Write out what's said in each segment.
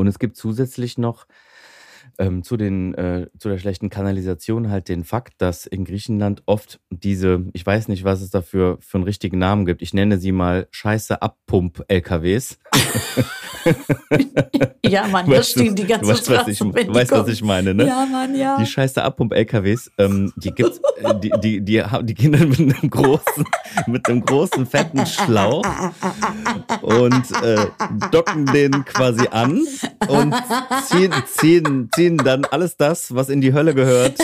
Und es gibt zusätzlich noch zu der schlechten Kanalisation halt den Fakt, dass in Griechenland oft ich weiß nicht, was es dafür für einen richtigen Namen gibt. Ich nenne sie mal Scheiße-Abpump-LKWs. Ja, Mann, das stimmt die ganze Straße. Du weißt, was ich meine, ne? Ja, Mann, ja. Die Scheiße-Abpump-LKWs, die gibt's, die gehen dann mit einem großen, fetten Schlauch und docken den quasi an und ziehen dann alles das, was in die Hölle gehört,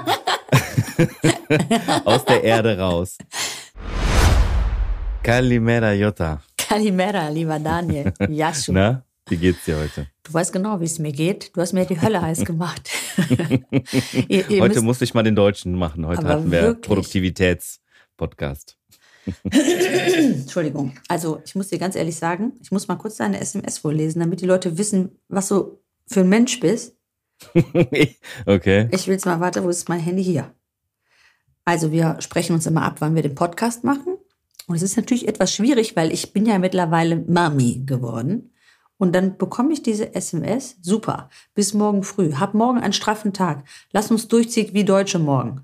aus der Erde raus. Kalimera, Jota. Kalimera, lieber Daniel. Yasu. Na, wie geht's dir heute? Du weißt genau, wie es mir geht. Du hast mir die Hölle heiß gemacht. Heute musste ich mal den Deutschen machen. Heute hatten wir wirklich? Produktivitäts-Podcast. Entschuldigung. Also, ich muss dir ganz ehrlich sagen, ich muss mal kurz deine SMS vorlesen, damit die Leute wissen, was du für ein Mensch bist. Okay. Ich will jetzt mal, warte, wo ist mein Handy? Hier. Also, wir sprechen uns immer ab, wann wir den Podcast machen. Und es ist natürlich etwas schwierig, weil ich bin ja mittlerweile Mami geworden. Und dann bekomme ich diese SMS. Super, bis morgen früh. Hab morgen einen straffen Tag. Lass uns durchziehen wie Deutsche morgen.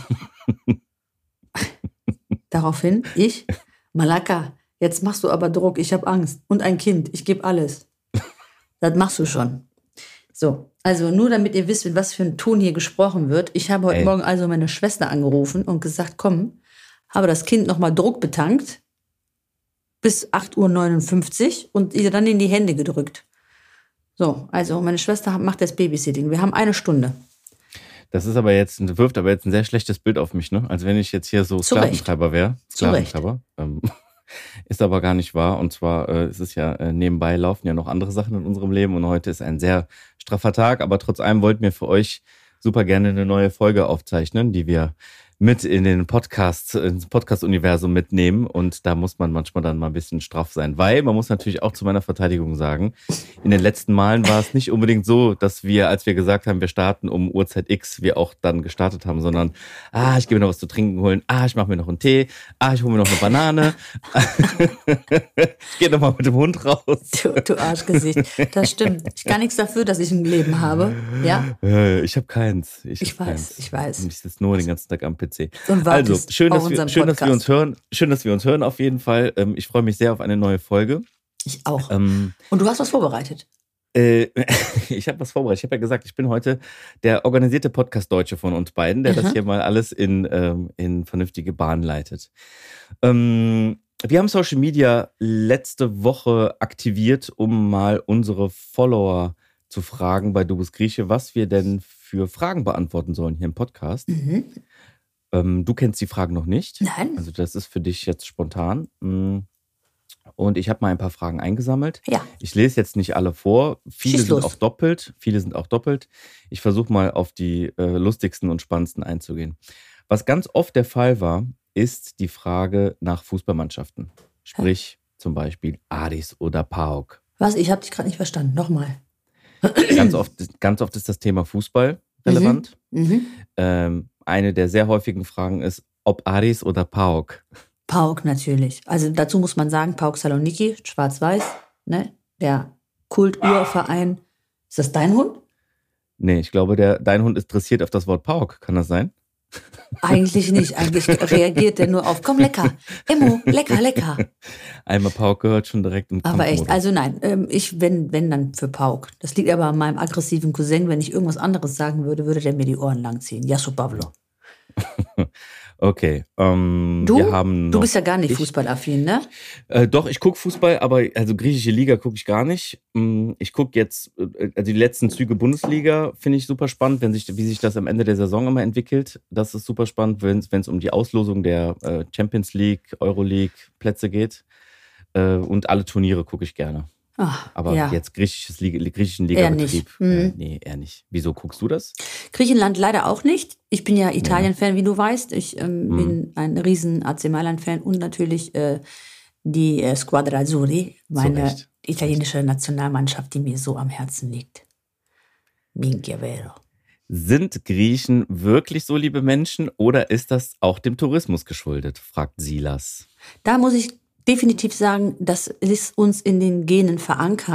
Daraufhin ich, Malaka, jetzt machst du aber Druck. Ich habe Angst. Und ein Kind. Ich gebe alles. Das machst du schon. So, also nur damit ihr wisst, mit was für ein Ton hier gesprochen wird. Ich habe heute Morgen also meine Schwester angerufen und gesagt, komm, habe das Kind nochmal Druck betankt bis 8:59 Uhr und ihr dann in die Hände gedrückt. So, also meine Schwester macht das Babysitting. Wir haben 1 Stunde. Das ist wirft aber jetzt ein sehr schlechtes Bild auf mich, ne? Als wenn ich jetzt hier so Sklaventreiber wäre. Sklaventreiber. Ist aber gar nicht wahr. Und zwar es ist ja nebenbei laufen ja noch andere Sachen in unserem Leben und heute ist ein sehr straffer Tag. Aber trotz allem wollten wir für euch super gerne eine neue Folge aufzeichnen, die wir mit ins Podcast-Universum mitnehmen. Und da muss man manchmal dann mal ein bisschen straff sein. Weil, man muss natürlich auch zu meiner Verteidigung sagen, in den letzten Malen war es nicht unbedingt so, dass wir, als wir gesagt haben, wir starten um Uhrzeit X, wir auch dann gestartet haben, sondern, ich gehe mir noch was zu trinken holen, ich mache mir noch einen Tee, ich hole mir noch eine Banane, ich gehe noch mal mit dem Hund raus. Du Arschgesicht, das stimmt. Ich kann nichts dafür, dass ich ein Leben habe. Ja? Ich habe keins. Ich weiß. Und ich sitze nur den ganzen Tag am PC. Also, schön, dass wir uns hören. Schön, dass wir uns hören auf jeden Fall. Ich freue mich sehr auf eine neue Folge. Ich auch. Und du hast was vorbereitet? Ich habe was vorbereitet. Ich habe ja gesagt, ich bin heute der organisierte Podcast-Deutsche von uns beiden, der das hier mal alles in vernünftige Bahnen leitet. Wir haben Social Media letzte Woche aktiviert, um mal unsere Follower zu fragen bei Du bist Grieche, was wir denn für Fragen beantworten sollen hier im Podcast. Du kennst die Fragen noch nicht. Nein. Also das ist für dich jetzt spontan. Und ich habe mal ein paar Fragen eingesammelt. Ja. Ich lese jetzt nicht alle vor. Viele Schieß sind los. auch doppelt. Ich versuche mal auf die lustigsten und spannendsten einzugehen. Was ganz oft der Fall war, ist die Frage nach Fußballmannschaften. Sprich zum Beispiel Aris oder PAOK. Was? Ich habe dich gerade nicht verstanden. Nochmal. Ganz oft ist das Thema Fußball relevant. Eine der sehr häufigen Fragen ist, ob Aris oder PAOK. PAOK natürlich. Also dazu muss man sagen, PAOK Saloniki, schwarz-weiß, ne? Der Kulturverein. Ist das dein Hund? Nee, ich glaube, dein Hund ist dressiert auf das Wort PAOK. Kann das sein? Eigentlich nicht. Eigentlich reagiert der nur auf, komm, lecker. Emo, lecker, lecker. Einmal PAOK gehört schon direkt im Aber echt, Kampfmodus. also nein, wenn dann für PAOK. Das liegt aber an meinem aggressiven Cousin. Wenn ich irgendwas anderes sagen würde, würde der mir die Ohren langziehen. Yasu Pablo. Okay. Du bist ja gar nicht fußballaffin, ne? Doch, ich gucke Fußball, aber also griechische Liga gucke ich gar nicht. Ich gucke jetzt, die letzten Züge Bundesliga finde ich super spannend, wie sich das am Ende der Saison immer entwickelt. Das ist super spannend, wenn es um die Auslosung der Champions League, Euroleague Plätze geht. Und alle Turniere gucke ich gerne. Ach, Aber ja. jetzt griechischen Ligabetrieb, nee, eher nicht. Wieso guckst du das? Griechenland leider auch nicht. Ich bin ja Italien-Fan, wie du weißt. Ich bin ein riesen AC Mailand-Fan und natürlich die Squadra Azzurri, meine italienische Nationalmannschaft, die mir so am Herzen liegt. Minchia vero. Sind Griechen wirklich so liebe Menschen oder ist das auch dem Tourismus geschuldet, fragt Silas. Da muss ich definitiv sagen, das ist uns in den Genen verankert.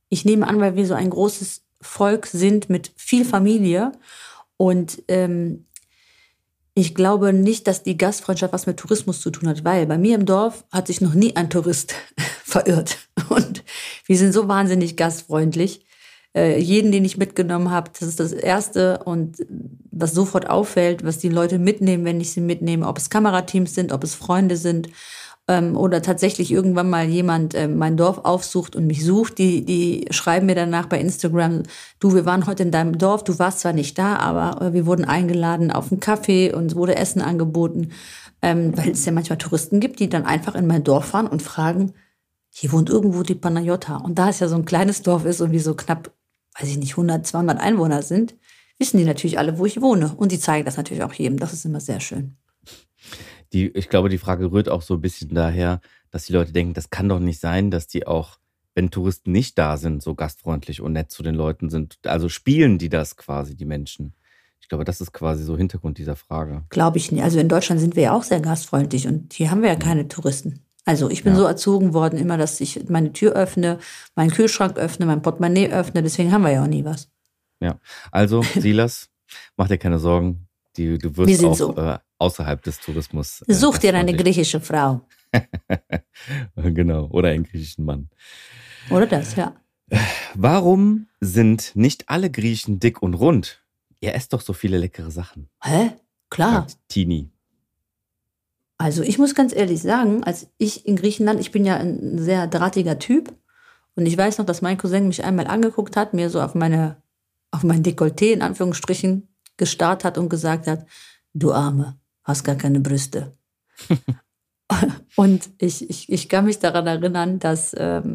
Ich nehme an, weil wir so ein großes Volk sind mit viel Familie. Und ich glaube nicht, dass die Gastfreundschaft was mit Tourismus zu tun hat, weil bei mir im Dorf hat sich noch nie ein Tourist verirrt. Und wir sind so wahnsinnig gastfreundlich. Jeden, den ich mitgenommen habe, das ist das Erste. Und was sofort auffällt, was die Leute mitnehmen, wenn ich sie mitnehme, ob es Kamerateams sind, ob es Freunde sind oder tatsächlich irgendwann mal jemand mein Dorf aufsucht und mich sucht, die schreiben mir danach bei Instagram, du, wir waren heute in deinem Dorf, du warst zwar nicht da, aber wir wurden eingeladen auf einen Kaffee und es wurde Essen angeboten, weil es ja manchmal Touristen gibt, die dann einfach in mein Dorf fahren und fragen, hier wohnt irgendwo die Panayota. Und da es ja so ein kleines Dorf ist und wir so knapp, weiß ich nicht, 100, 200 Einwohner sind, wissen die natürlich alle, wo ich wohne. Und die zeigen das natürlich auch jedem. Das ist immer sehr schön. Ich glaube, die Frage rührt auch so ein bisschen daher, dass die Leute denken, das kann doch nicht sein, dass die auch, wenn Touristen nicht da sind, so gastfreundlich und nett zu den Leuten sind. Also spielen die das quasi, die Menschen? Ich glaube, das ist quasi so Hintergrund dieser Frage. Glaube ich nicht. Also in Deutschland sind wir ja auch sehr gastfreundlich und hier haben wir ja keine Touristen. Also ich bin so erzogen worden, immer, dass ich meine Tür öffne, meinen Kühlschrank öffne, mein Portemonnaie öffne. Deswegen haben wir ja auch nie was. Ja, also Silas, mach dir keine Sorgen. Du wirst auch so außerhalb des Tourismus. Such dir eine griechische Frau. Genau, oder einen griechischen Mann. Oder das, ja. Warum sind nicht alle Griechen dick und rund? Ihr esst doch so viele leckere Sachen. Hä? Klar. Sagt Tini. Also ich muss ganz ehrlich sagen, als ich in Griechenland, ich bin ja ein sehr drahtiger Typ und ich weiß noch, dass mein Cousin mich einmal angeguckt hat, mir so auf mein Dekolleté in Anführungsstrichen gestarrt hat und gesagt hat, du Arme, hast gar keine Brüste. Und ich kann mich daran erinnern, dass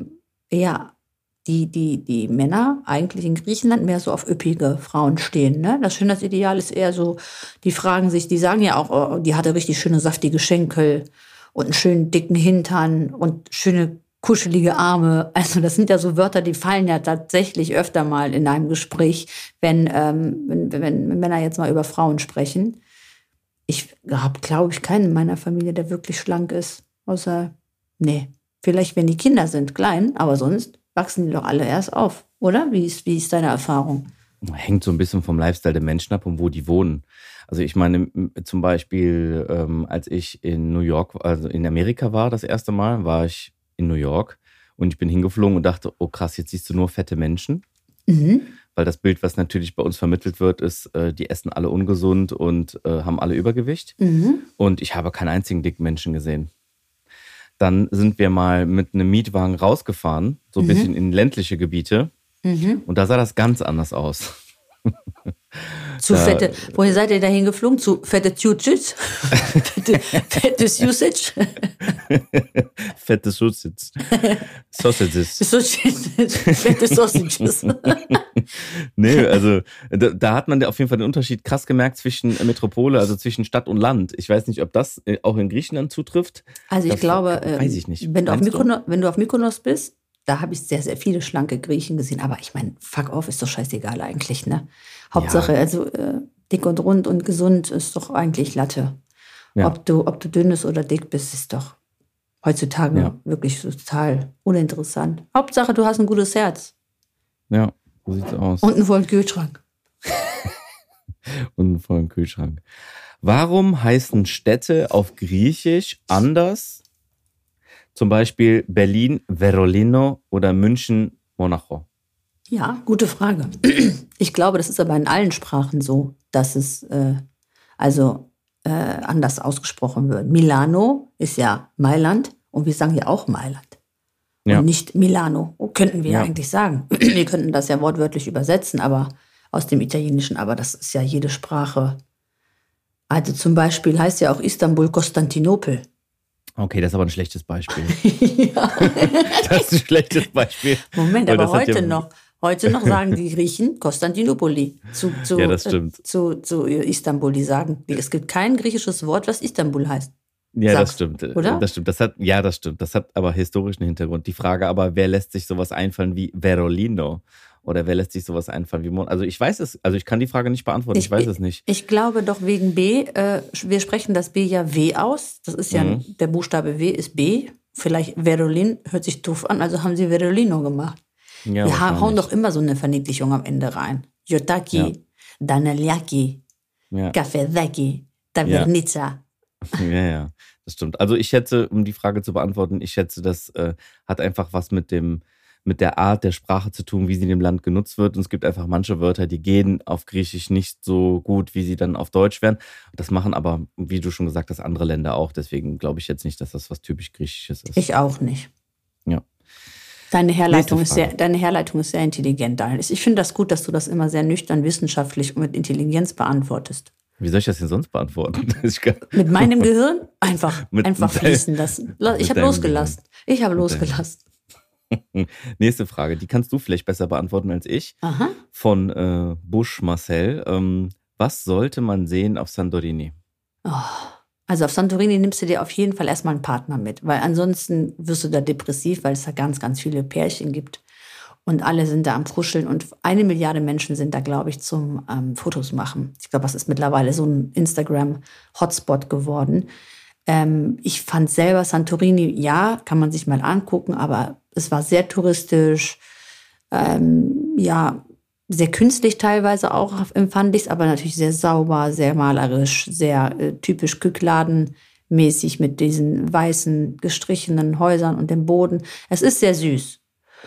die Männer eigentlich in Griechenland mehr so auf üppige Frauen stehen. Ne? Das Schönheitsideal ist eher so, die sagen ja auch, oh, die hatte richtig schöne saftige Schenkel und einen schönen dicken Hintern und schöne kuschelige Arme. Also das sind ja so Wörter, die fallen ja tatsächlich öfter mal in einem Gespräch, wenn Männer jetzt mal über Frauen sprechen. Ich habe, glaube ich, keinen in meiner Familie, der wirklich schlank ist. Vielleicht wenn die Kinder sind, klein, aber sonst wachsen die doch alle erst auf, oder? Wie ist deine Erfahrung? Hängt so ein bisschen vom Lifestyle der Menschen ab und wo die wohnen. Also ich meine, zum Beispiel, als ich in New York, also in Amerika war das erste Mal, war ich in New York und ich bin hingeflogen und dachte, oh krass, jetzt siehst du nur fette Menschen. Mhm. Weil das Bild, was natürlich bei uns vermittelt wird, ist, die essen alle ungesund und haben alle Übergewicht. Mhm. Und ich habe keinen einzigen dicken Menschen gesehen. Dann sind wir mal mit einem Mietwagen rausgefahren, so ein bisschen in ländliche Gebiete. Mhm. Und da sah das ganz anders aus. Wohin seid ihr dahin geflogen? Zu fette Tschutschitz? Fettes Usage? Fettes Usage. Sausages. Fette Sausages. Nee, also da hat man auf jeden Fall den Unterschied krass gemerkt zwischen Metropole, also zwischen Stadt und Land. Ich weiß nicht, ob das auch in Griechenland zutrifft. Also ich glaube, weiß ich nicht. Wenn du auf Mykonos bist, da habe ich sehr, sehr viele schlanke Griechen gesehen. Aber ich meine, fuck off, ist doch scheißegal eigentlich, ne? Hauptsache, ja. Also dick und rund und gesund ist doch eigentlich Latte. Ja. Ob du dünn bist oder dick bist, ist doch heutzutage wirklich total uninteressant. Hauptsache, du hast ein gutes Herz. Ja, so sieht's aus. Und einen vollen Kühlschrank. Und einen vollen Kühlschrank. Warum heißen Städte auf Griechisch anders? Zum Beispiel Berlin, Verolino oder München, Monaco. Ja, gute Frage. Ich glaube, das ist aber in allen Sprachen so, dass es anders ausgesprochen wird. Milano ist ja Mailand und wir sagen ja auch Mailand. Ja. Und nicht Milano, könnten wir eigentlich sagen. Wir könnten das ja wortwörtlich übersetzen, aber aus dem Italienischen, aber das ist ja jede Sprache. Also zum Beispiel heißt ja auch Istanbul Konstantinopel. Okay, das ist aber ein schlechtes Beispiel. Ja. Das ist ein schlechtes Beispiel. Moment, aber heute noch sagen die Griechen Konstantinopoli ja, das stimmt. Zu Istanbul. Die sagen, es gibt kein griechisches Wort, was Istanbul heißt. Ja, das stimmt. Oder? Das stimmt. Das stimmt. Das hat aber historischen Hintergrund. Die Frage aber, wer lässt sich sowas einfallen wie Verolino? Oder wer lässt sich sowas einfallen wie Mon? Also ich weiß es, also ich kann die Frage nicht beantworten, ich weiß es nicht. Ich glaube doch wegen B, wir sprechen das B ja W aus. Das ist ja, der Buchstabe W ist B. Vielleicht Verolin hört sich doof an, also haben sie Verolino gemacht. Ja, Wir hauen doch immer so eine Verniedlichung am Ende rein. Jotaki, Daneliaki, Kaffeedaki, Tavernica. Ja, das stimmt. Also ich schätze, um die Frage zu beantworten, ich schätze, das hat einfach was mit der Art der Sprache zu tun, wie sie in dem Land genutzt wird. Und es gibt einfach manche Wörter, die gehen auf Griechisch nicht so gut, wie sie dann auf Deutsch wären. Das machen aber, wie du schon gesagt hast, andere Länder auch. Deswegen glaube ich jetzt nicht, dass das was typisch Griechisches ist. Ich auch nicht. Ja. Deine Herleitung ist sehr intelligent, Daniel. Ich finde das gut, dass du das immer sehr nüchtern, wissenschaftlich und mit Intelligenz beantwortest. Wie soll ich das denn sonst beantworten? Mit meinem Gehirn? Einfach fließen lassen. Ich habe losgelassen. Nächste Frage, die kannst du vielleicht besser beantworten als ich. Aha. Von Busch Marcel. Was sollte man sehen auf Santorini? Also auf Santorini nimmst du dir auf jeden Fall erstmal einen Partner mit, weil ansonsten wirst du da depressiv, weil es da ganz, ganz viele Pärchen gibt. Und alle sind da am Kuscheln und 1 Milliarde Menschen sind da, glaube ich, zum Fotos machen. Ich glaube, das ist mittlerweile so ein Instagram-Hotspot geworden. Ich fand selber Santorini, ja, kann man sich mal angucken, aber es war sehr touristisch, sehr künstlich teilweise auch empfand ich es, aber natürlich sehr sauber, sehr malerisch, sehr typisch Kykladen-mäßig mit diesen weißen gestrichenen Häusern und dem Boden. Es ist sehr süß.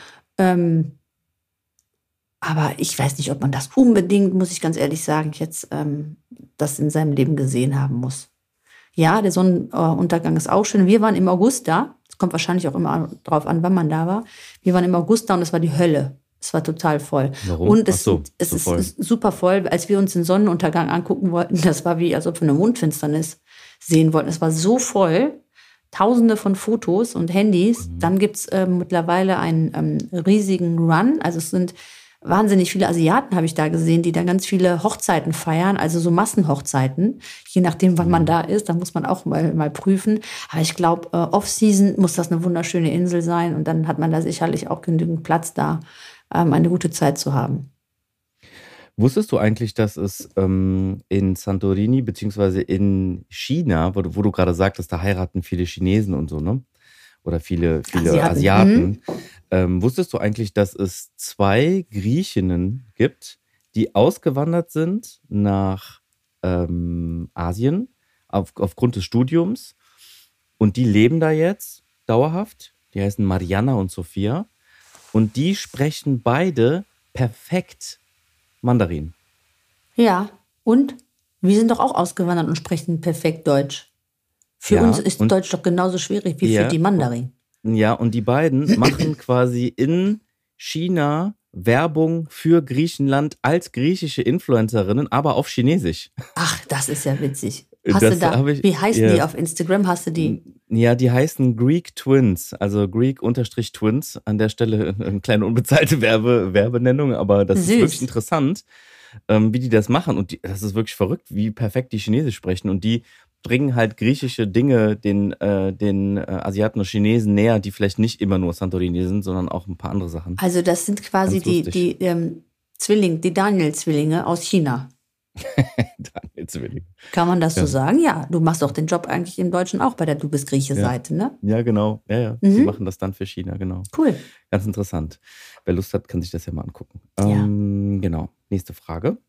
Aber ich weiß nicht, ob man das unbedingt, muss ich ganz ehrlich sagen, jetzt das in seinem Leben gesehen haben muss. Ja, der Sonnenuntergang ist auch schön. Wir waren im August da. Es kommt wahrscheinlich auch immer drauf an, wann man da war. Wir waren im August da und es war die Hölle. Es war total voll. Warum? Und es ist super voll. Als wir uns den Sonnenuntergang angucken wollten, das war wie, als ob wir eine Mondfinsternis sehen wollten. Es war so voll. Tausende von Fotos und Handys. Dann gibt es mittlerweile einen riesigen Run. Also es sind wahnsinnig viele Asiaten, habe ich da gesehen, die da ganz viele Hochzeiten feiern, also so Massenhochzeiten. Je nachdem, wann man da ist, da muss man auch mal prüfen. Aber ich glaube, Off-Season muss das eine wunderschöne Insel sein und dann hat man da sicherlich auch genügend Platz da, eine gute Zeit zu haben. Wusstest du eigentlich, dass es in Santorini beziehungsweise in China, wo du gerade sagtest, da heiraten viele Chinesen und so, ne? Oder viele Asiaten. Wusstest du eigentlich, dass es 2 Griechinnen gibt, die ausgewandert sind nach Asien aufgrund des Studiums und die leben da jetzt dauerhaft? Die heißen Mariana und Sophia und die sprechen beide perfekt Mandarin. Ja, und wir sind doch auch ausgewandert und sprechen perfekt Deutsch. Für uns ist Deutsch doch genauso schwierig wie für die Mandarin. Ja, und die beiden machen quasi in China Werbung für Griechenland als griechische Influencerinnen, aber auf Chinesisch. Ach, das ist ja witzig. Wie heißen die auf Instagram? Hast du die? Ja, die heißen Greek Twins, also Greek-Twins. An der Stelle eine kleine unbezahlte Werbenennung, aber das ist wirklich interessant, wie die das machen. Und das ist wirklich verrückt, wie perfekt die Chinesisch sprechen. Und die bringen halt griechische Dinge den Asiaten und Chinesen näher, die vielleicht nicht immer nur Santorini sind, sondern auch ein paar andere Sachen. Also das sind quasi die Daniel-Zwillinge aus China. Daniel-Zwillinge. Kann man das so sagen? Ja, du machst doch den Job eigentlich im Deutschen auch bei der Du bist Grieche-Seite, ne? Ja, genau. Ja. Die machen das dann für China, genau. Cool. Ganz interessant. Wer Lust hat, kann sich das ja mal angucken. Ja. Genau. Nächste Frage.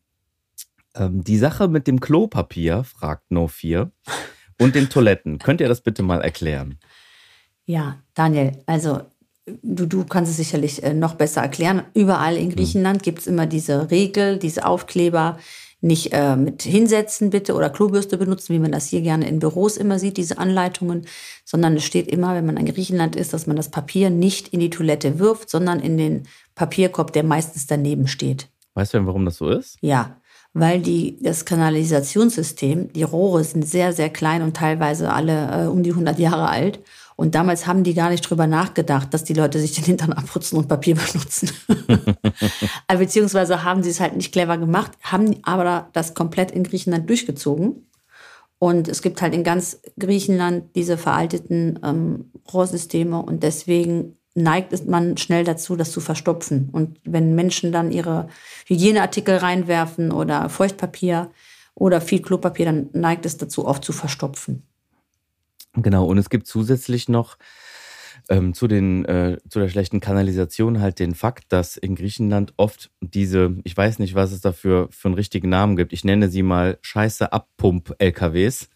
Die Sache mit dem Klopapier, fragt No4, und den Toiletten. Könnt ihr das bitte mal erklären? Ja, Daniel, also du kannst es sicherlich noch besser erklären. Überall in Griechenland gibt es immer diese Regel, diese Aufkleber, nicht mit hinsetzen bitte oder Klobürste benutzen, wie man das hier gerne in Büros immer sieht, diese Anleitungen, sondern es steht immer, wenn man in Griechenland ist, dass man das Papier nicht in die Toilette wirft, sondern in den Papierkorb, der meistens daneben steht. Weißt du denn, warum das so ist? Ja, weil das Kanalisationssystem, die Rohre sind sehr, sehr klein und teilweise alle um die 100 Jahre alt. Und damals haben die gar nicht drüber nachgedacht, dass die Leute sich den Hintern abputzen und Papier benutzen. Beziehungsweise haben sie es halt nicht clever gemacht, haben aber das komplett in Griechenland durchgezogen. Und es gibt halt in ganz Griechenland diese veralteten Rohrsysteme und deswegen neigt man schnell dazu, das zu verstopfen. Und wenn Menschen dann ihre Hygieneartikel reinwerfen oder Feuchtpapier oder viel Klopapier, dann neigt es dazu, oft zu verstopfen. Genau, und es gibt zusätzlich noch zu der schlechten Kanalisation halt den Fakt, dass in Griechenland oft ich weiß nicht, was es dafür für einen richtigen Namen gibt. Ich nenne sie mal Scheiße-Abpump-LKWs.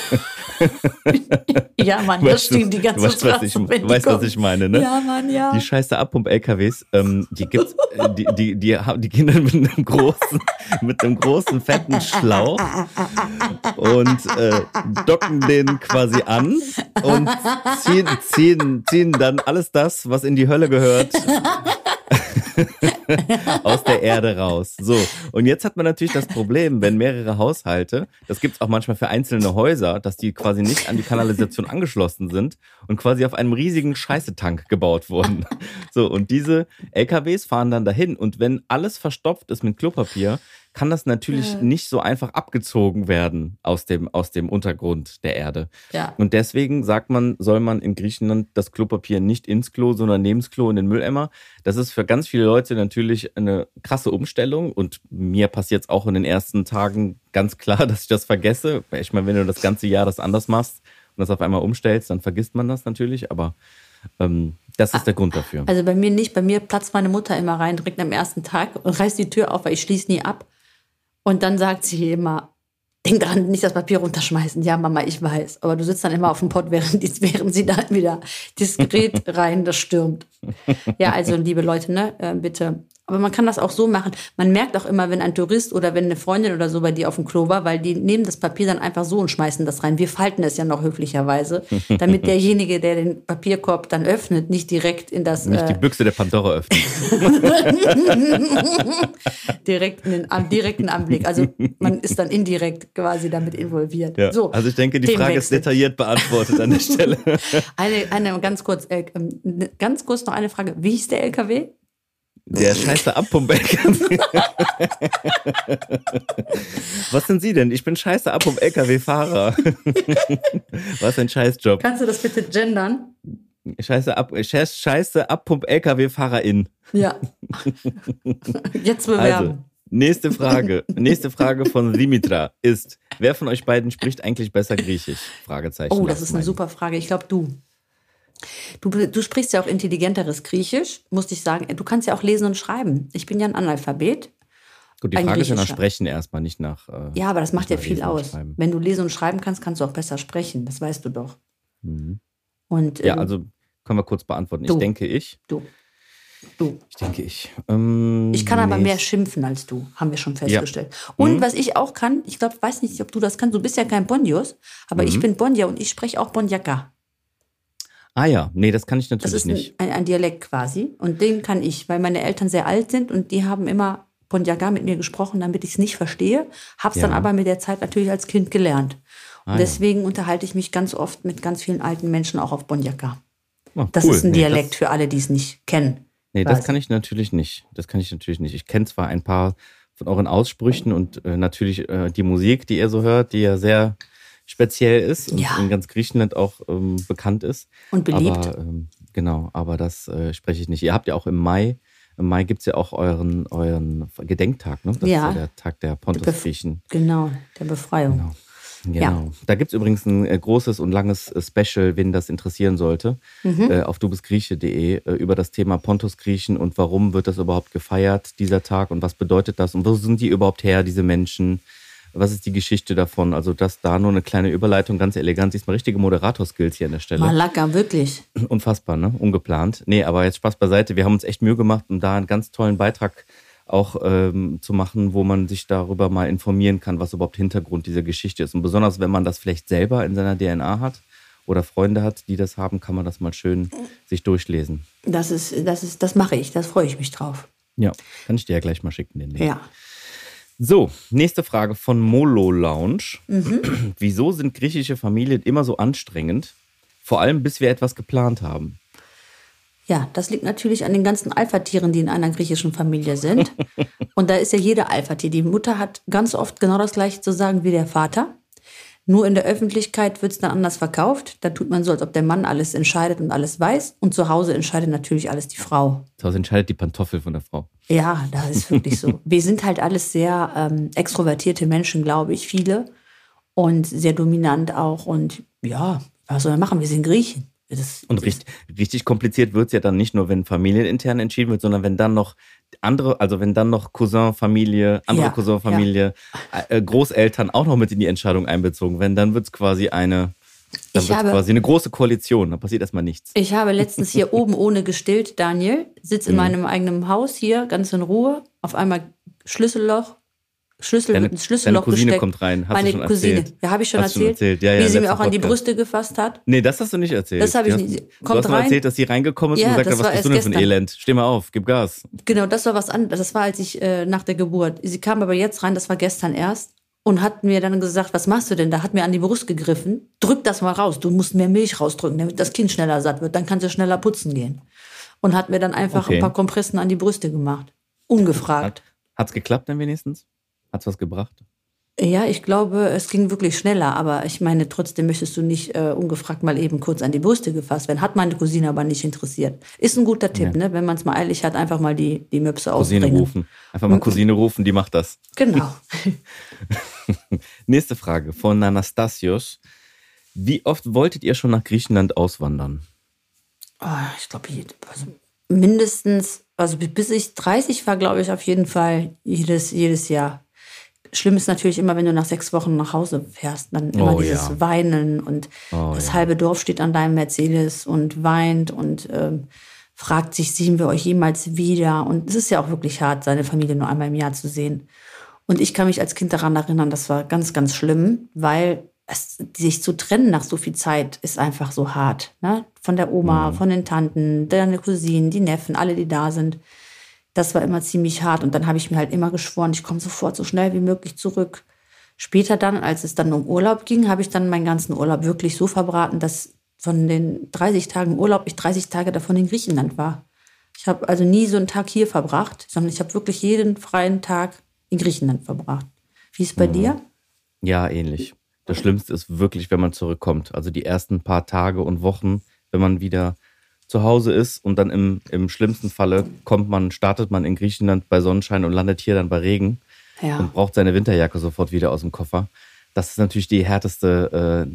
Ja, Mann, das stimmt, die ganze Straße. Du weißt, was ich meine, ne? Ja, Mann, ja. Die Scheiße-Abpump-LKWs, die gibt's, die gehen dann mit einem großen, fetten Schlauch und docken den quasi an und ziehen dann alles das, was in die Hölle gehört, aus der Erde raus. So, und jetzt hat man natürlich das Problem, wenn mehrere Haushalte, das gibt's auch manchmal für einzelne Häuser, dass die quasi nicht an die Kanalisation angeschlossen sind und quasi auf einem riesigen Scheißetank gebaut wurden. So, und diese LKWs fahren dann dahin und wenn alles verstopft ist mit Klopapier, kann das natürlich nicht so einfach abgezogen werden aus dem Untergrund der Erde. Ja. Und deswegen soll man in Griechenland das Klopapier nicht ins Klo, sondern neben das Klo in den Mülleimer. Das ist für ganz viele Leute natürlich eine krasse Umstellung und mir passiert es auch in den ersten Tagen ganz klar, dass ich das vergesse. Ich meine, wenn du das ganze Jahr das anders machst und das auf einmal umstellst, dann vergisst man das natürlich, aber das ist der Grund dafür. Also bei mir nicht, bei mir platzt meine Mutter immer rein, direkt am ersten Tag und reißt die Tür auf, weil ich schließe nie ab. Und dann sagt sie immer, denk daran, nicht das Papier runterschmeißen. Ja, Mama, ich weiß. Aber du sitzt dann immer auf dem Pott, während sie dann wieder diskret rein, das stürmt. Ja, also liebe Leute, ne, bitte. Aber man kann das auch so machen. Man merkt auch immer, wenn ein Tourist oder wenn eine Freundin oder so bei dir auf dem Klo war, weil die nehmen das Papier dann einfach so und schmeißen das rein. Wir falten es ja noch höflicherweise, damit derjenige, der den Papierkorb dann öffnet, nicht direkt in das... Nicht die Büchse der Pandora öffnet. direkt in den direkten Anblick. Also man ist dann indirekt quasi damit involviert. Ja. So, also ich denke, die Frage ist detailliert beantwortet an der Stelle. Eine ganz kurz noch eine Frage. Wie hieß der LKW? Der scheiße Abpump-LKW. Was sind Sie denn? Ich bin scheiße Abpump-LKW-Fahrer. Was ein Scheißjob. Kannst du das bitte gendern? Scheiße Abpump-LKW-Fahrerin. Ja. Jetzt bewerben. Also, nächste Frage von Dimitra ist, wer von euch beiden spricht eigentlich besser Griechisch? Fragezeichen. Oh, das ist eine super Frage. Ich glaube, du. Du sprichst ja auch intelligenteres Griechisch, muss ich sagen. Du kannst ja auch lesen und schreiben. Ich bin ja ein Analphabet. Gut, die Frage ist ja nach Sprechen erstmal, nicht nach... ja, aber das macht ja viel aus. Wenn du lesen und schreiben kannst, kannst du auch besser sprechen. Das weißt du doch. Mhm. Und, ja, also können wir kurz beantworten. Du. Ich denke ich. Du. Ich denke ich. Ich kann aber mehr schimpfen als du, haben wir schon festgestellt. Ja. Und was ich auch kann, ich glaube, weiß nicht, ob du das kannst, du bist ja kein Bondios, aber ich bin Bondia und ich spreche auch Bondiaka. Ah ja, nee, das kann ich natürlich nicht. Das ist ein Dialekt quasi und den kann ich, weil meine Eltern sehr alt sind und die haben immer Bondiaka mit mir gesprochen, damit ich es nicht verstehe, habe es dann aber mit der Zeit natürlich als Kind gelernt. Und deswegen unterhalte ich mich ganz oft mit ganz vielen alten Menschen auch auf Bondiaka. Oh, das ist ein Dialekt für alle, die es nicht kennen. Nee, das kann ich natürlich nicht. Ich kenne zwar ein paar von euren Aussprüchen und natürlich die Musik, die ihr so hört, die ja sehr speziell ist und in ganz Griechenland auch bekannt ist. Und beliebt. Aber, aber das spreche ich nicht. Ihr habt ja auch im Mai gibt es ja auch euren Gedenktag, ne? Das ist ja der Tag der Pontus-Griechen. Genau, der Befreiung. Genau. Ja. Da gibt es übrigens ein großes und langes Special, wen das interessieren sollte, auf dubistgrieche.de über das Thema Pontus-Griechen und warum wird das überhaupt gefeiert, dieser Tag, und was bedeutet das und wo sind die überhaupt her, diese Menschen? Was ist die Geschichte davon? Also das da nur eine kleine Überleitung, ganz elegant. Siehst mal, richtige Moderator-Skills hier an der Stelle. Malaka, wirklich. Unfassbar, ne? Ungeplant. Nee, aber jetzt Spaß beiseite. Wir haben uns echt Mühe gemacht, um da einen ganz tollen Beitrag auch zu machen, wo man sich darüber mal informieren kann, was überhaupt Hintergrund dieser Geschichte ist. Und besonders, wenn man das vielleicht selber in seiner DNA hat oder Freunde hat, die das haben, kann man das mal schön sich durchlesen. Das mache ich. Das freue ich mich drauf. Ja, kann ich dir ja gleich mal schicken, den Link. Ja. So, nächste Frage von Molo Lounge. Wieso sind griechische Familien immer so anstrengend? Vor allem, bis wir etwas geplant haben. Ja, das liegt natürlich an den ganzen Alpha-Tieren, die in einer griechischen Familie sind. Und da ist ja jeder Alpha-Tier. Die Mutter hat ganz oft genau das Gleiche zu sagen wie der Vater. Nur in der Öffentlichkeit wird es dann anders verkauft. Da tut man so, als ob der Mann alles entscheidet und alles weiß. Und zu Hause entscheidet natürlich alles die Frau. Zu Hause entscheidet die Pantoffel von der Frau. Ja, das ist wirklich so. Wir sind halt alles sehr extrovertierte Menschen, glaube ich, viele. Und sehr dominant auch. Und ja, was soll man machen? Wir sind Griechen. Und richtig kompliziert wird es ja dann nicht nur, wenn familienintern entschieden wird, sondern wenn dann noch wenn dann noch Cousinfamilie, Cousinfamilie, Großeltern auch noch mit in die Entscheidung einbezogen werden, dann wird es quasi eine große Koalition, da passiert erstmal nichts. Ich habe letztens hier oben ohne gestillt, Daniel, sitze in meinem eigenen Haus hier, ganz in Ruhe, auf einmal Schlüsselloch Deine Cousine gesteckt. Kommt rein, hast Meine du schon Cousine, erzählt? Ja, habe ich schon erzählt? Ja, wie sie mir auch an die Brüste gefasst hat. Nee, das hast du nicht erzählt. Das habe ich nicht. Du hast mal erzählt, dass sie reingekommen ist und gesagt hat, was bist du denn für ein Elend? Steh mal auf, gib Gas. Genau, das war was anderes. Das war, als ich nach der Geburt. Sie kam aber jetzt rein, das war gestern erst, und hat mir dann gesagt, was machst du denn da? Hat mir an die Brust gegriffen. Drück das mal raus, du musst mehr Milch rausdrücken, damit das Kind schneller satt wird, dann kannst du schneller putzen gehen. Und hat mir dann einfach ein paar Kompressen an die Brüste gemacht. Ungefragt. Hat's geklappt denn wenigstens? Hat's was gebracht? Ja, ich glaube, es ging wirklich schneller, aber ich meine, trotzdem möchtest du nicht ungefragt mal eben kurz an die Brüste gefasst werden. Hat meine Cousine aber nicht interessiert. Ist ein guter Tipp, ne? Wenn man es mal eilig hat, einfach mal die Möpse ausbringen. Cousine rufen. Einfach mal Cousine rufen, die macht das. Genau. Nächste Frage von Anastasios. Wie oft wolltet ihr schon nach Griechenland auswandern? Oh, ich glaube, mindestens, also bis ich 30 war, glaube ich, auf jeden Fall jedes Jahr. Schlimm ist natürlich immer, wenn du nach 6 Wochen nach Hause fährst, dann immer dieses Weinen und das halbe Dorf steht an deinem Mercedes und weint und fragt sich, sehen wir euch jemals wieder? Und es ist ja auch wirklich hart, seine Familie nur einmal im Jahr zu sehen. Und ich kann mich als Kind daran erinnern, das war ganz, ganz schlimm, weil sich zu trennen nach so viel Zeit ist einfach so hart. Ne? Von der Oma, von den Tanten, deine Cousinen, die Neffen, alle, die da sind. Das war immer ziemlich hart. Und dann habe ich mir halt immer geschworen, ich komme sofort so schnell wie möglich zurück. Später dann, als es dann um Urlaub ging, habe ich dann meinen ganzen Urlaub wirklich so verbraten, dass von den 30 Tagen Urlaub ich 30 Tage davon in Griechenland war. Ich habe also nie so einen Tag hier verbracht, sondern ich habe wirklich jeden freien Tag in Griechenland verbracht. Wie ist es bei dir? Ja, ähnlich. Das Schlimmste ist wirklich, wenn man zurückkommt. Also die ersten paar Tage und Wochen, wenn man wieder zu Hause ist und dann im schlimmsten Falle startet man in Griechenland bei Sonnenschein und landet hier dann bei Regen und braucht seine Winterjacke sofort wieder aus dem Koffer. Das ist natürlich der härteste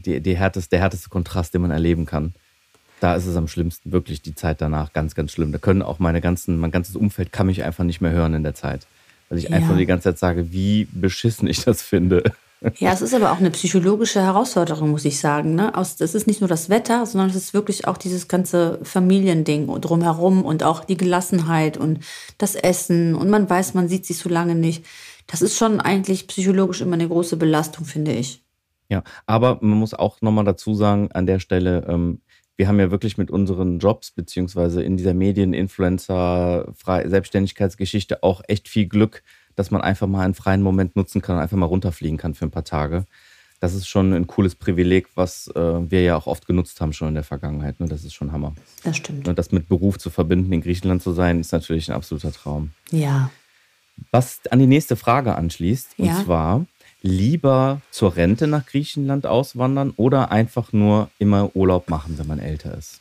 Kontrast, den man erleben kann. Da ist es am schlimmsten, wirklich die Zeit danach ganz, ganz schlimm. Da können auch mein ganzes Umfeld kann mich einfach nicht mehr hören in der Zeit. Weil ich einfach die ganze Zeit sage, wie beschissen ich das finde. Ja, es ist aber auch eine psychologische Herausforderung, muss ich sagen. Ne? Es ist nicht nur das Wetter, sondern es ist wirklich auch dieses ganze Familiending drumherum und auch die Gelassenheit und das Essen. Und man weiß, man sieht sich so lange nicht. Das ist schon eigentlich psychologisch immer eine große Belastung, finde ich. Ja, aber man muss auch nochmal dazu sagen, an der Stelle, wir haben ja wirklich mit unseren Jobs, beziehungsweise in dieser Medien-Influencer, Selbstständigkeitsgeschichte auch echt viel Glück, dass man einfach mal einen freien Moment nutzen kann und einfach mal runterfliegen kann für ein paar Tage. Das ist schon ein cooles Privileg, was wir ja auch oft genutzt haben schon in der Vergangenheit. Ne? Das ist schon Hammer. Das stimmt. Und das mit Beruf zu verbinden, in Griechenland zu sein, ist natürlich ein absoluter Traum. Ja. Was an die nächste Frage anschließt, und zwar, lieber zur Rente nach Griechenland auswandern oder einfach nur immer Urlaub machen, wenn man älter ist?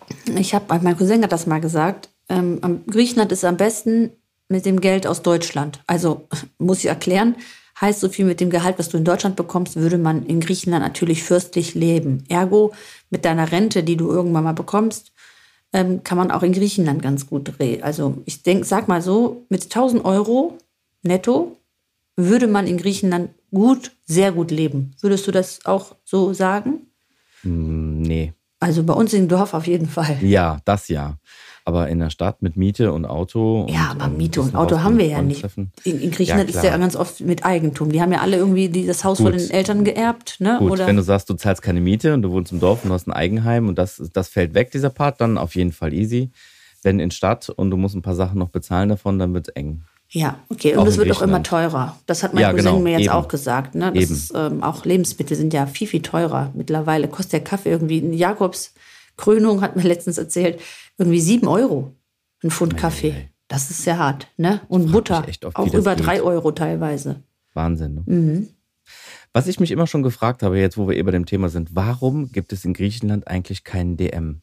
Mein Cousin hat das mal gesagt, Griechenland ist am besten mit dem Geld aus Deutschland. Also, muss ich erklären, heißt so viel mit dem Gehalt, was du in Deutschland bekommst, würde man in Griechenland natürlich fürstlich leben. Ergo, mit deiner Rente, die du irgendwann mal bekommst, kann man auch in Griechenland ganz gut drehen. Also, sag mal so, mit 1.000 Euro netto würde man in Griechenland sehr gut leben. Würdest du das auch so sagen? Nee. Also bei uns im Dorf auf jeden Fall. Ja, das ja. Aber in der Stadt mit Miete und Auto. Ja, aber Miete und Auto haben wir ja nicht. In Griechenland ist ja ganz oft mit Eigentum. Die haben ja alle irgendwie das Haus von den Eltern geerbt. Ne? Gut, oder? Wenn du sagst, du zahlst keine Miete und du wohnst im Dorf und hast ein Eigenheim und das fällt weg, dieser Part, dann auf jeden Fall easy. Wenn in Stadt und du musst ein paar Sachen noch bezahlen davon, dann wird es eng. Ja, okay. Und es wird auch immer teurer. Das hat mein Cousin mir jetzt auch gesagt. Ne? Das ist, auch Lebensmittel sind ja viel, viel teurer. Mittlerweile kostet der Kaffee irgendwie, eine Jakobskrönung hat mir letztens erzählt, irgendwie 7 Euro. Ein Pfund Kaffee. Nee. Das ist sehr hart. Ne? Und Butter, auch über 3 Euro teilweise. Wahnsinn. Ne? Mhm. Was ich mich immer schon gefragt habe, jetzt wo wir bei dem Thema sind, warum gibt es in Griechenland eigentlich keinen DM?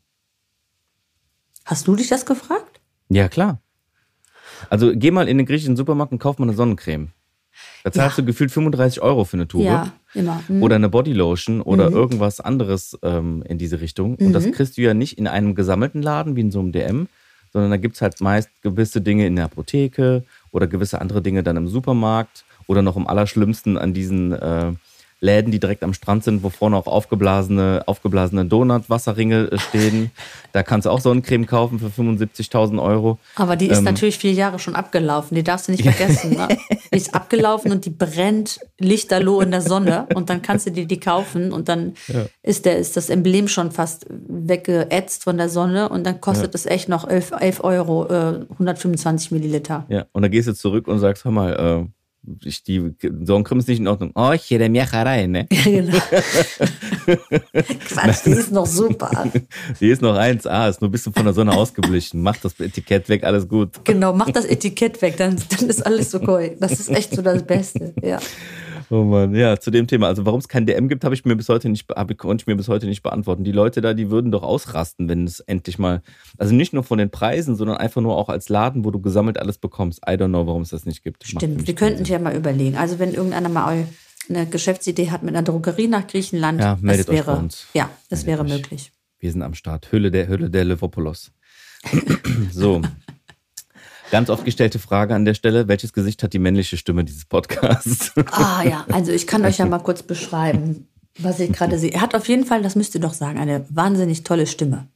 Hast du dich das gefragt? Ja, klar. Also geh mal in den griechischen Supermarkt und kauf mal eine Sonnencreme. Da zahlst du gefühlt 35 € für eine Tube. Ja, immer. Oder eine Bodylotion oder irgendwas anderes in diese Richtung. Und das kriegst du ja nicht in einem gesammelten Laden wie in so einem DM, sondern da gibt es halt meist gewisse Dinge in der Apotheke oder gewisse andere Dinge dann im Supermarkt oder noch am allerschlimmsten an diesen Läden, die direkt am Strand sind, wo vorne auch aufgeblasene Donut-Wasserringe stehen. Da kannst du auch Sonnencreme kaufen für 75.000 €. Aber die ist natürlich 4 Jahre schon abgelaufen. Die darfst du nicht vergessen. Ne? Die ist abgelaufen und die brennt lichterloh in der Sonne. Und dann kannst du dir die kaufen und dann ist das Emblem schon fast weggeätzt von der Sonne. Und dann kostet es echt noch 11 €, 125 Milliliter. Ja, und dann gehst du zurück und sagst, hör mal, die Sonnencreme ist nicht in Ordnung. Oh, ich der Mecherei, ne? Genau. Quatsch, die ist noch super. Die ist noch 1A, ist nur ein bisschen von der Sonne ausgeblichen. Mach das Etikett weg, alles gut. Genau, mach das Etikett weg, dann ist alles so cool. Das ist echt so das Beste, ja. Oh Mann, ja, zu dem Thema. Also warum es kein DM gibt, konnte ich mir bis heute nicht beantworten. Die Leute da, die würden doch ausrasten, wenn es endlich mal, also nicht nur von den Preisen, sondern einfach nur auch als Laden, wo du gesammelt alles bekommst. I don't know, warum es das nicht gibt. Stimmt, wir könnten ja mal überlegen. Also wenn irgendeiner mal eine Geschäftsidee hat mit einer Drogerie nach Griechenland, ja, meldet euch bei uns. Ja, das wäre möglich. Wir sind am Start. Hülle der Levopoulos. So. Ganz oft gestellte Frage an der Stelle: Welches Gesicht hat die männliche Stimme dieses Podcasts? Ja, also ich kann euch ja mal kurz beschreiben, was ich gerade sehe. Er hat auf jeden Fall, das müsst ihr doch sagen, eine wahnsinnig tolle Stimme.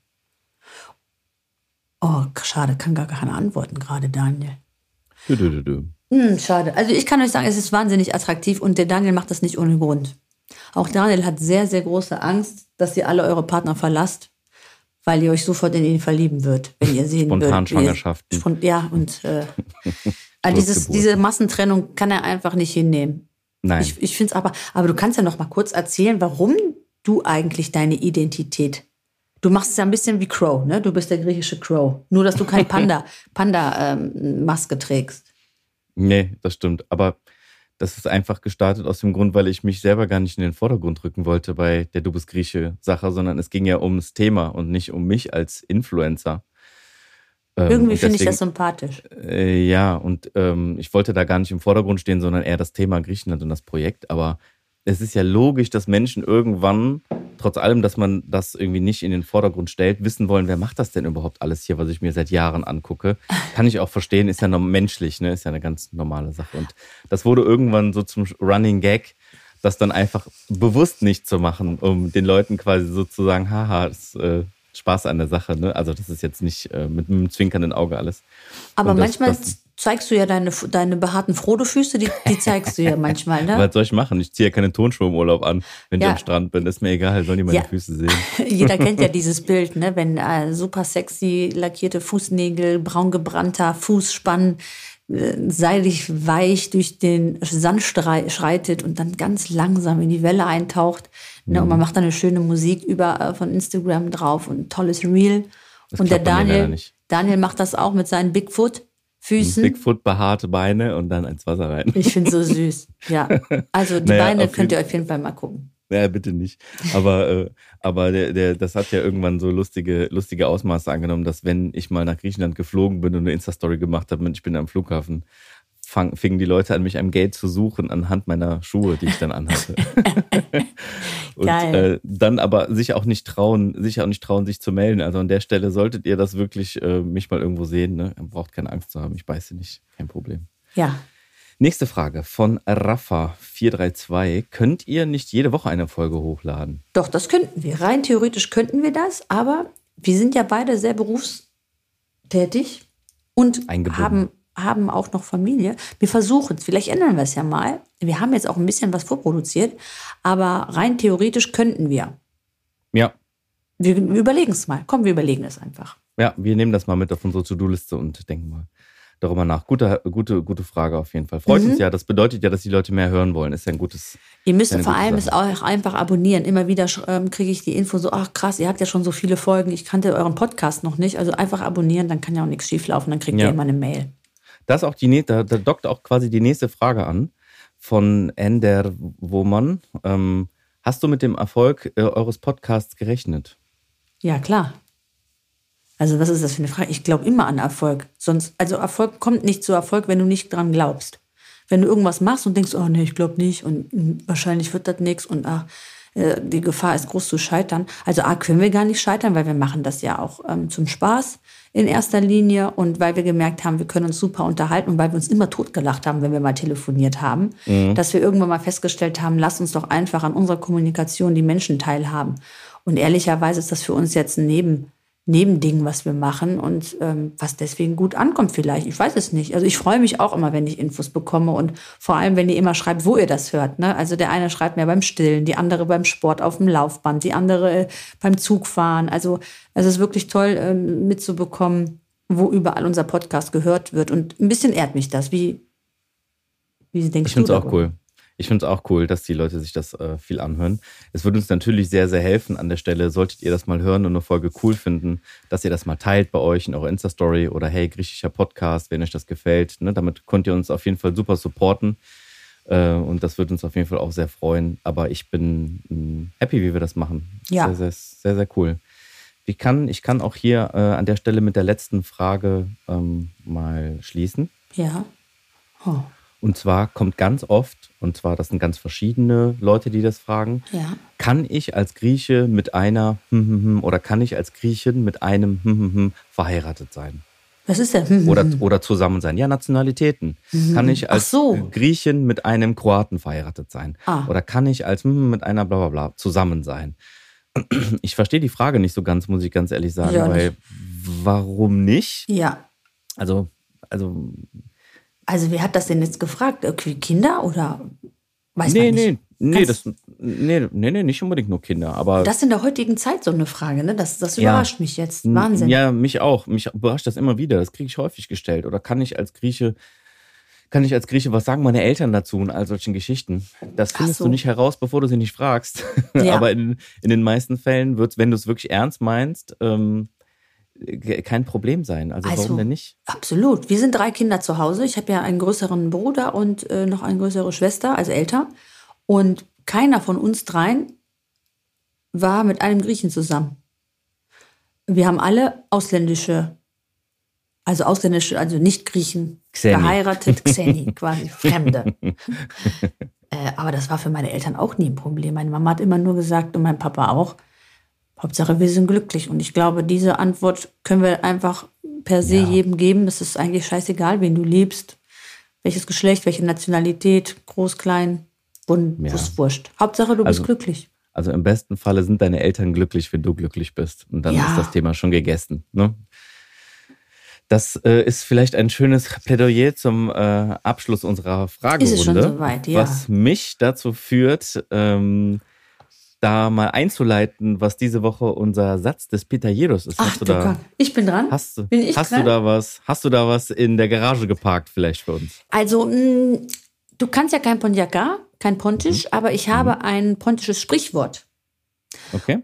Oh, schade, kann gar keine antworten gerade, Daniel. Schade. Also ich kann euch sagen, es ist wahnsinnig attraktiv und der Daniel macht das nicht ohne Grund. Auch Daniel hat sehr, sehr große Angst, dass ihr alle eure Partner verlasst, weil ihr euch sofort in ihn verlieben wird, wenn ihr sehen würdet. Spontanschwangerschaften. Ja, und diese Massentrennung kann er einfach nicht hinnehmen. Nein. Ich finde es aber du kannst ja noch mal kurz erzählen, warum du eigentlich deine Identität, du machst es ja ein bisschen wie Crow, ne? Du bist der griechische Crow. Nur, dass du kein Panda-Maske trägst. Nee, das stimmt. Aber das ist einfach gestartet aus dem Grund, weil ich mich selber gar nicht in den Vordergrund rücken wollte bei der Du bist Grieche-Sache, sondern es ging ja ums Thema und nicht um mich als Influencer. Irgendwie finde ich das sympathisch. Ja, und ich wollte da gar nicht im Vordergrund stehen, sondern eher das Thema Griechenland und das Projekt. Aber es ist ja logisch, dass Menschen irgendwann, trotz allem, dass man das irgendwie nicht in den Vordergrund stellt, wissen wollen, wer macht das denn überhaupt alles hier, was ich mir seit Jahren angucke. Kann ich auch verstehen, ist ja noch menschlich, ne? Ist ja eine ganz normale Sache. Und das wurde irgendwann so zum Running Gag, das dann einfach bewusst nicht zu machen, um den Leuten quasi so zu sagen, haha, das ist Spaß an der Sache, ne? Also das ist jetzt nicht mit einem zwinkernden Auge alles. Aber manchmal zeigst du ja deine behaarten Frodo-Füße, die zeigst du ja manchmal, ne? Was soll ich machen? Ich ziehe ja keine Turnschuhe im Urlaub an, wenn ich am Strand bin. Ist mir egal, sollen die meine Füße sehen. Jeder kennt ja dieses Bild, ne? Wenn super sexy lackierte Fußnägel, braun gebrannter Fußspann, seidig weich durch den Sand schreitet und dann ganz langsam in die Welle eintaucht. Ne? Und man macht dann eine schöne Musik von Instagram drauf und ein tolles Reel. Das und der Daniel macht das auch mit seinen Bigfoot-Füßen. Bigfoot, behaarte Beine und dann ins Wasser rein. Ich finde so süß. Ja, also die Beine könnt ihr auf jeden Fall mal gucken. Ja, bitte nicht. Aber das hat ja irgendwann so lustige Ausmaße angenommen, dass wenn ich mal nach Griechenland geflogen bin und eine Insta-Story gemacht habe und ich bin am Flughafen, fingen die Leute an, mich am Gate zu suchen anhand meiner Schuhe, die ich dann anhatte. Und dann aber sich auch nicht trauen, sich zu melden. Also an der Stelle solltet ihr das wirklich mich mal irgendwo sehen. Ne? Ihr braucht keine Angst zu haben. Ich beiße nicht. Kein Problem. Ja. Nächste Frage von Rafa432. Könnt ihr nicht jede Woche eine Folge hochladen? Doch, das könnten wir. Rein theoretisch könnten wir das, aber wir sind ja beide sehr berufstätig und haben auch noch Familie. Wir versuchen es, vielleicht ändern wir es ja mal. Wir haben jetzt auch ein bisschen was vorproduziert, aber rein theoretisch könnten wir. Ja. Wir überlegen es mal. Komm, wir überlegen es einfach. Ja, wir nehmen das mal mit auf unsere To-Do-Liste und denken mal darüber nach. Gute Frage auf jeden Fall. Freut uns ja. Das bedeutet ja, dass die Leute mehr hören wollen. Ist ja ein gutes. Ihr müsst vor allem es auch einfach abonnieren. Immer wieder kriege ich die Info so, ach krass, ihr habt ja schon so viele Folgen. Ich kannte euren Podcast noch nicht. Also einfach abonnieren, dann kann ja auch nichts schieflaufen. Dann kriegt ihr immer eine Mail. Das ist auch da dockt auch quasi die nächste Frage an von Ender Woman. Hast du mit dem Erfolg eures Podcasts gerechnet? Ja, klar. Also was ist das für eine Frage? Ich glaube immer an Erfolg. Also Erfolg kommt nicht zu Erfolg, wenn du nicht dran glaubst. Wenn du irgendwas machst und denkst, oh nee, ich glaube nicht und wahrscheinlich wird das nichts und die Gefahr ist groß zu scheitern. Also können wir gar nicht scheitern, weil wir machen das ja auch zum Spaß in erster Linie und weil wir gemerkt haben, wir können uns super unterhalten und weil wir uns immer totgelacht haben, wenn wir mal telefoniert haben, dass wir irgendwann mal festgestellt haben, lass uns doch einfach an unserer Kommunikation die Menschen teilhaben. Und ehrlicherweise ist das für uns jetzt ein Nebending, was wir machen und was deswegen gut ankommt vielleicht. Ich weiß es nicht. Also ich freue mich auch immer, wenn ich Infos bekomme und vor allem, wenn ihr immer schreibt, wo ihr das hört. Ne? Also der eine schreibt mir beim Stillen, die andere beim Sport auf dem Laufband, die andere beim Zugfahren. Also es ist wirklich toll mitzubekommen, wo überall unser Podcast gehört wird. Und ein bisschen ehrt mich das. Wie denkst du? Ich finde es auch cool. Ich finde es auch cool, dass die Leute sich das viel anhören. Es würde uns natürlich sehr, sehr helfen an der Stelle, solltet ihr das mal hören und eine Folge cool finden, dass ihr das mal teilt bei euch in eurer Insta-Story oder hey, griechischer Podcast, wenn euch das gefällt. Ne? Damit könnt ihr uns auf jeden Fall super supporten und das würde uns auf jeden Fall auch sehr freuen. Aber ich bin happy, wie wir das machen. Ja. Sehr, sehr, sehr, sehr cool. Ich kann auch hier an der Stelle mit der letzten Frage mal schließen. Ja. Oh. Und zwar kommt ganz oft, und zwar das sind ganz verschiedene Leute, die das fragen, kann ich als Grieche mit einer oder kann ich als Griechin mit einem verheiratet sein? Was ist denn? Oder zusammen sein? Ja, Nationalitäten. Kann ich als Griechin mit einem Kroaten verheiratet sein? Oder kann ich als mit einer bla bla bla zusammen sein? Ich verstehe die Frage nicht so ganz, muss ich ganz ehrlich sagen, weil warum nicht? Ja. Also wer hat das denn jetzt gefragt? Kinder oder weiß man nicht? Nee, nicht unbedingt nur Kinder. Aber das ist in der heutigen Zeit so eine Frage, ne? Das überrascht mich jetzt. Wahnsinn. Ja, mich auch. Mich überrascht das immer wieder. Das kriege ich häufig gestellt. Oder kann ich als Grieche, was sagen meine Eltern dazu und all solchen Geschichten? Das findest du nicht heraus, bevor du sie nicht fragst. Ja. Aber in den meisten Fällen wird es, wenn du es wirklich ernst meinst, kein Problem sein. Also warum denn nicht? Absolut. Wir sind 3 Kinder zu Hause. Ich habe ja einen größeren Bruder und noch eine größere Schwester, also älter. Und keiner von uns 3 war mit einem Griechen zusammen. Wir haben alle ausländische, also nicht Griechen, geheiratet, Xeni, quasi Fremde. Aber das war für meine Eltern auch nie ein Problem. Meine Mama hat immer nur gesagt und mein Papa auch, Hauptsache, wir sind glücklich. Und ich glaube, diese Antwort können wir einfach per se jedem geben. Es ist eigentlich scheißegal, wen du liebst, welches Geschlecht, welche Nationalität, groß, klein, ist wurscht. Hauptsache, du bist glücklich. Also im besten Falle sind deine Eltern glücklich, wenn du glücklich bist. Und dann ist das Thema schon gegessen. Ne? Das ist vielleicht ein schönes Plädoyer zum Abschluss unserer Fragerunde. Ist es schon soweit, ja. Was mich dazu führt, da mal einzuleiten, was diese Woche unser Satz des Pitajeros ist. Ach, ich bin dran. Hast du da was in der Garage geparkt vielleicht für uns? Also, du kannst ja kein Pontiaca, kein Pontisch, aber ich habe ein pontisches Sprichwort. Okay.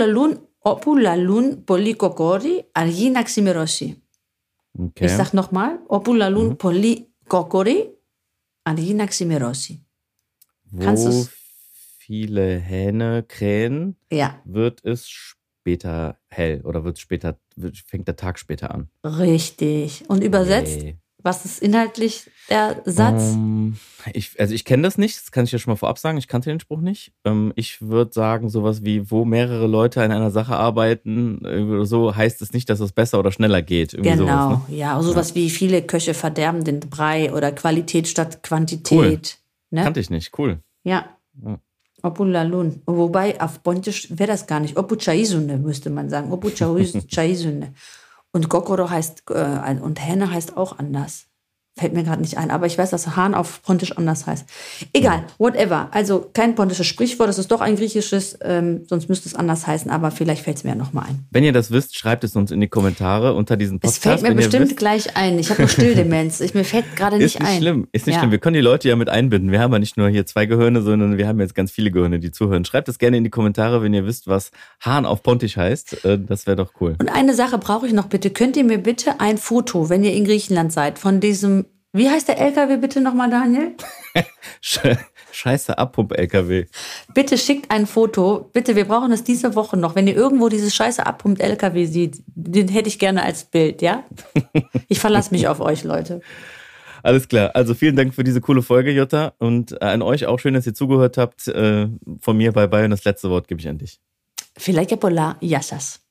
Opulalun poli kokori argi na ximerosi. Okay. Ich sag nochmal, Opulalun poli kokori argi na ximerosi. Kannst du es? Viele Hähne krähen, wird es später hell oder fängt der Tag später an. Richtig. Und übersetzt, was ist inhaltlich der Satz? Ich kenne das nicht, das kann ich ja schon mal vorab sagen, ich kannte den Spruch nicht. Ich würde sagen, sowas wie, wo mehrere Leute an einer Sache arbeiten, so heißt es nicht, dass es besser oder schneller geht. Irgendwie sowas, ne? Ja, sowas wie viele Köche verderben den Brei oder Qualität statt Quantität. Cool. Ne? Kannte ich nicht, cool. Ja. Opulalun. Wobei auf Pontisch wäre das gar nicht. Opuchaizune müsste man sagen. Opuchaizune. Und Kokoro heißt, und Hähne heißt auch anders. Fällt mir gerade nicht ein. Aber ich weiß, dass Hahn auf Pontisch anders heißt. Egal, whatever. Also kein pontisches Sprichwort, das ist doch ein griechisches, sonst müsste es anders heißen, aber vielleicht fällt es mir ja nochmal ein. Wenn ihr das wisst, schreibt es uns in die Kommentare unter diesem Podcast. Es fällt mir bestimmt gleich ein. Ich habe nur Stilldemenz. Mir fällt gerade nicht ein. Ist nicht schlimm. Wir können die Leute ja mit einbinden. Wir haben ja nicht nur hier 2 Gehirne, sondern wir haben jetzt ganz viele Gehirne, die zuhören. Schreibt es gerne in die Kommentare, wenn ihr wisst, was Hahn auf Pontisch heißt. Das wäre doch cool. Und eine Sache brauche ich noch bitte. Könnt ihr mir bitte ein Foto, wenn ihr in Griechenland seid, von diesem... Wie heißt der LKW bitte nochmal, Daniel? Scheiße Abpump-LKW. Bitte schickt ein Foto. Bitte, wir brauchen es diese Woche noch. Wenn ihr irgendwo dieses Scheiße Abpump-LKW seht, den hätte ich gerne als Bild, ja? Ich verlasse mich auf euch, Leute. Alles klar. Also vielen Dank für diese coole Folge, Jutta. Und an euch auch schön, dass ihr zugehört habt. Von mir bye bye und das letzte Wort gebe ich an dich. Φιλάκια πολλά. Γεια σας.